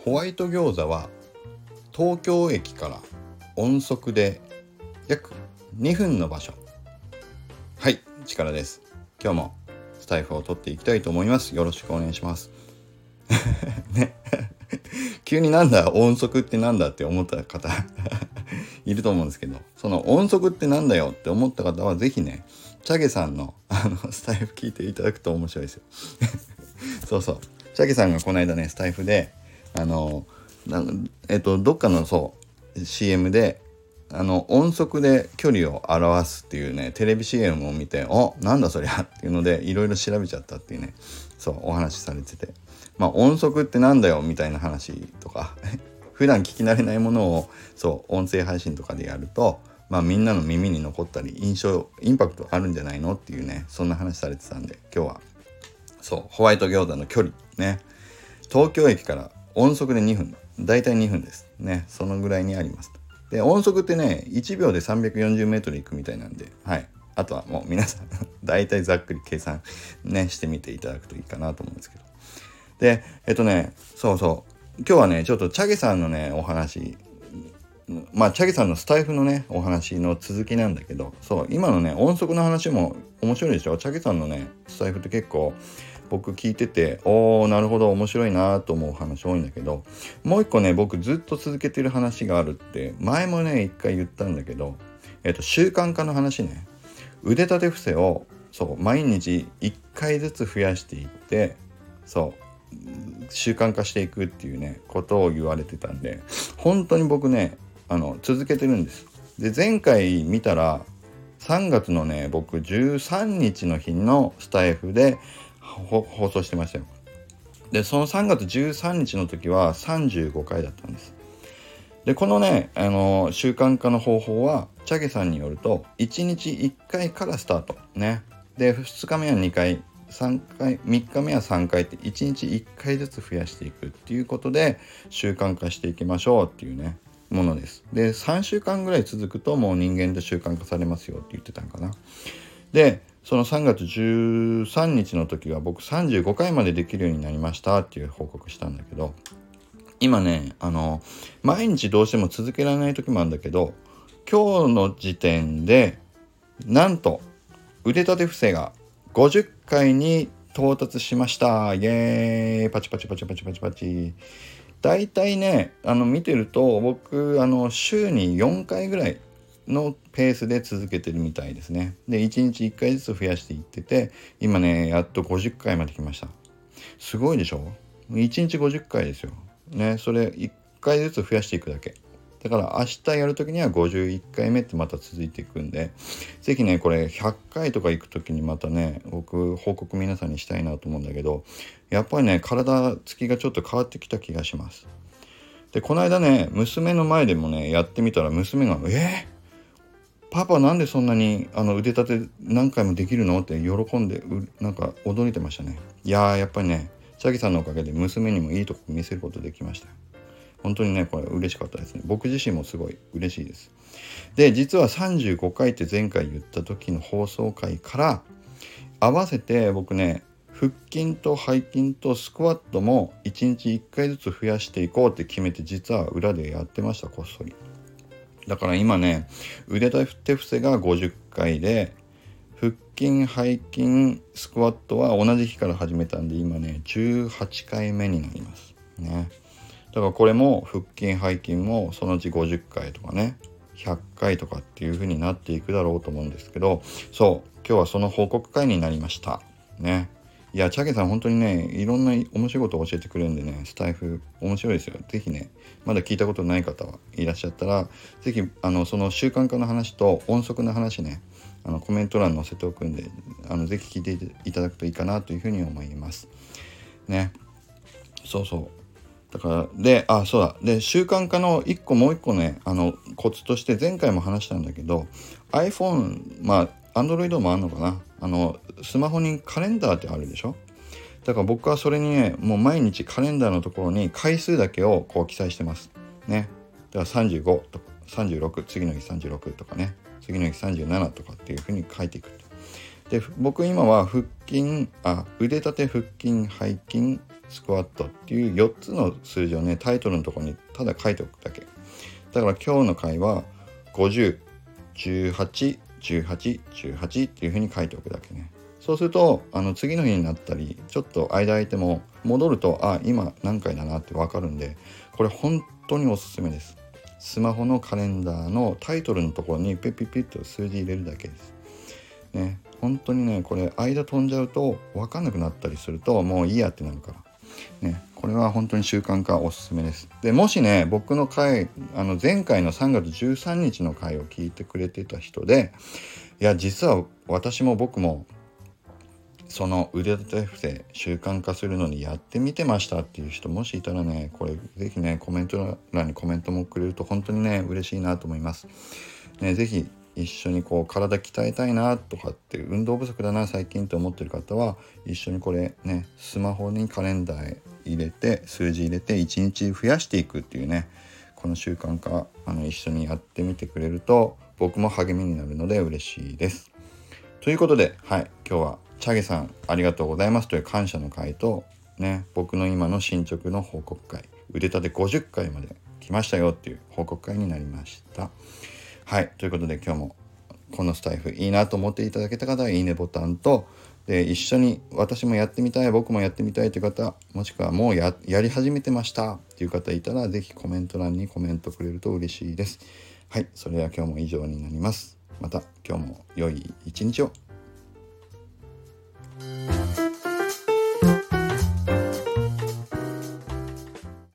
ホワイト餃子は東京駅から音速で約2分の場所。はい、力です。今日もスタイフを取っていきたいと思います。よろしくお願いしますね急になんだ音速ってなんだって思った方いると思うんですけど、その音速ってなんだよって思った方はぜひね、チャゲさんのスタイフ聞いていただくと面白いですよそうそう、チャゲさんがこの間ねスタイフでどっかのCM で音速で距離を表すっていうねテレビ CM を見て、なんだそりゃっていうのでいろいろ調べちゃったっていうね、そうお話しされてて、音速ってなんだよみたいな話とか普段聞き慣れないものを音声配信とかでやると、みんなの耳に残ったりインパクトあるんじゃないのっていうね、そんな話されてたんで、今日はホワイト餃子の距離ね、東京駅から音速で2分、だいたい2分ですね、そのぐらいにあります。で音速ってね1秒で340メートル行くみたいなんで、はい、あとはもう皆さんだいたいざっくり計算ねしてみていただくといいかなと思うんですけど、で今日はねちょっとチャゲさんのねお話、チャゲさんのスタイフのねお話の続きなんだけど、今のね音速の話も面白いでしょ。チャゲさんのねスタイフって結構僕聞いてて、なるほど面白いなと思う話多いんだけど、もう一個ね僕ずっと続けてる話があるって前もね一回言ったんだけど、習慣化の話ね。腕立て伏せを毎日1回ずつ増やしていって、習慣化していくっていうねことを言われてたんで、本当に僕ね続けてるんです。で前回見たら3月のね僕13日の日のスタイフで放送してましたよ。でその3月13日の時は35回だったんです。でこのね習慣化の方法はチャゲさんによると1日1回からスタートね。で2日目は2回3回3日目は3回って1日1回ずつ増やしていくっていうことで習慣化していきましょうっていうねものです。で3週間ぐらい続くともう人間で習慣化されますよって言ってたのかな。でその3月13日の時は僕35回までできるようになりましたっていう報告したんだけど、今ね毎日どうしても続けられない時もあるんだけど、今日の時点でなんと腕立て伏せが50回に到達しました。イエーイ、パチパチパチパチパチパチ。だいたいね見てると僕週に4回ぐらいのペースで続けてるみたいですね。で1日1回ずつ増やしていってて、今ねやっと50回まで来ました。すごいでしょ。1日50回ですよね。それ1回ずつ増やしていくだけだから、明日やるときには51回目ってまた続いていくんで、ぜひねこれ100回とか行くときにまたね僕報告皆さんにしたいなと思うんだけど、やっぱりね体つきがちょっと変わってきた気がします。でこの間ね娘の前でもねやってみたら、娘がパパなんでそんなに腕立て何回もできるのって喜んでなんか驚いてましたね。やっぱりねチャギさんのおかげで娘にもいいとこ見せることできました。本当にねこれ嬉しかったですね。僕自身もすごい嬉しいです。で実は35回って前回言った時の放送回から合わせて僕ね腹筋と背筋とスクワットも1日1回ずつ増やしていこうって決めて、実は裏でやってました、こっそり。だから今ね腕立て伏せが50回で、腹筋背筋スクワットは同じ日から始めたんで今ね18回目になりますね。だからこれも腹筋背筋もそのうち50回とかね100回とかっていう風になっていくだろうと思うんですけど、今日はその報告会になりましたね。いやチャゲさん本当にねいろんな面白いことを教えてくれるんでね、スタイフ面白いですよ。ぜひねまだ聞いたことない方はいらっしゃったら、ぜひその習慣化の話と音速の話ねコメント欄に載せておくんでぜひ聞いていただくといいかなというふうに思いますね。だからでで習慣化のもう一個ねコツとして前回も話したんだけど、 iPhone Android もあるのかな、スマホにカレンダーってあるでしょ。だから僕はそれにねもう毎日カレンダーのところに回数だけをこう記載してますね。だから35とか36、次の日36とかね、次の日37とかっていう風に書いていく。で僕今は腕立て腹筋背筋スクワットっていう4つの数字をねタイトルのところにただ書いておくだけ。だから今日の回は50、18、18、18っていう風に書いておくだけね。そうすると次の日になったりちょっと間空いても戻ると今何回だなって分かるんで、これ本当におすすめです。スマホのカレンダーのタイトルのところにピッピッピッと数字入れるだけですね。本当にねこれ間飛んじゃうと分かんなくなったりするともういいやってなるからね、これは本当に習慣化おすすめです。でもしね僕の回前回の3月13日の回を聞いてくれてた人で、いや実は私も僕もその腕立て伏せ習慣化するのにやってみてましたっていう人もしいたらね、これぜひねコメント欄にコメントもくれると本当にね嬉しいなと思いますね。ぜひ一緒に体鍛えたいなとかって運動不足だな最近と思ってる方は一緒にこれねスマホにカレンダー入れて数字入れて1日増やしていくっていうね、この習慣化一緒にやってみてくれると僕も励みになるので嬉しいです。ということで今日はチャゲさんありがとうございますという感謝の会とね、僕の今の進捗の報告会、腕立て50回まで来ましたよっていう報告会になりました。ということで今日もこのスタイフいいなと思っていただけた方はいいねボタンと、で一緒に私もやってみたい僕もやってみたいという方、もしくはもう やり始めてましたっていう方いたらぜひコメント欄にコメントくれると嬉しいです。それでは今日も以上になります。また今日も良い一日を。